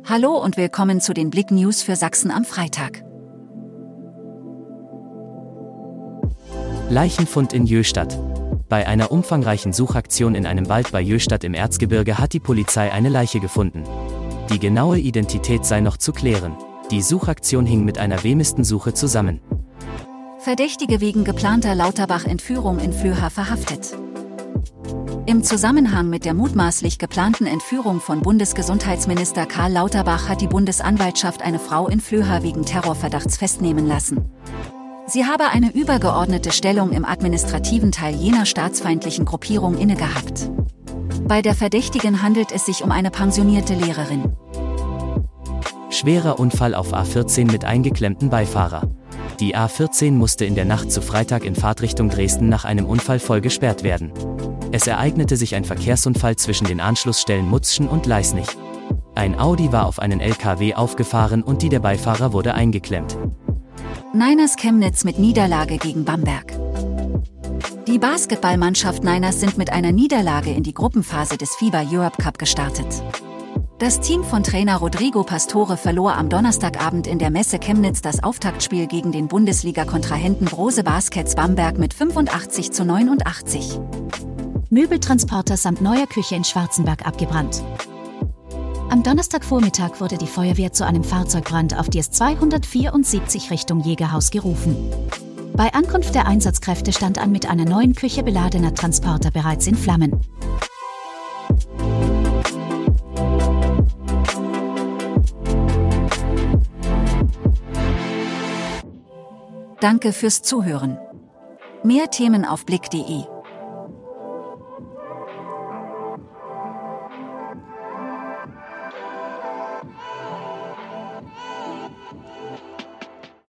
Hallo und willkommen zu den Blick News für Sachsen am Freitag. Leichenfund in Jöhstadt. Bei einer umfangreichen Suchaktion in einem Wald bei Jöhstadt im Erzgebirge hat die Polizei eine Leiche gefunden. Die genaue Identität sei noch zu klären. Die Suchaktion hing mit einer Wehmistensuche zusammen. Verdächtige wegen geplanter Lauterbach-Entführung in Flöha verhaftet. Im Zusammenhang mit der mutmaßlich geplanten Entführung von Bundesgesundheitsminister Karl Lauterbach hat die Bundesanwaltschaft eine Frau in Flöha wegen Terrorverdachts festnehmen lassen. Sie habe eine übergeordnete Stellung im administrativen Teil jener staatsfeindlichen Gruppierung innegehabt. Bei der Verdächtigen handelt es sich um eine pensionierte Lehrerin. Schwerer Unfall auf A14 mit eingeklemmten Beifahrer. Die A14 musste in der Nacht zu Freitag in Fahrtrichtung Dresden nach einem Unfall voll gesperrt werden. Es ereignete sich ein Verkehrsunfall zwischen den Anschlussstellen Mutzschen und Leisnig. Ein Audi war auf einen LKW aufgefahren und der Beifahrer wurde eingeklemmt. Niners Chemnitz mit Niederlage gegen Bamberg. Die Basketballmannschaft Niners sind mit einer Niederlage in die Gruppenphase des FIBA Europe Cup gestartet. Das Team von Trainer Rodrigo Pastore verlor am Donnerstagabend in der Messe Chemnitz das Auftaktspiel gegen den Bundesliga-Kontrahenten Brose Baskets Bamberg mit 85:89. Möbeltransporter samt neuer Küche in Schwarzenberg abgebrannt. Am Donnerstagvormittag wurde die Feuerwehr zu einem Fahrzeugbrand auf die S274 Richtung Jägerhaus gerufen. Bei Ankunft der Einsatzkräfte stand ein mit einer neuen Küche beladener Transporter bereits in Flammen. Danke fürs Zuhören. Mehr Themen auf blick.de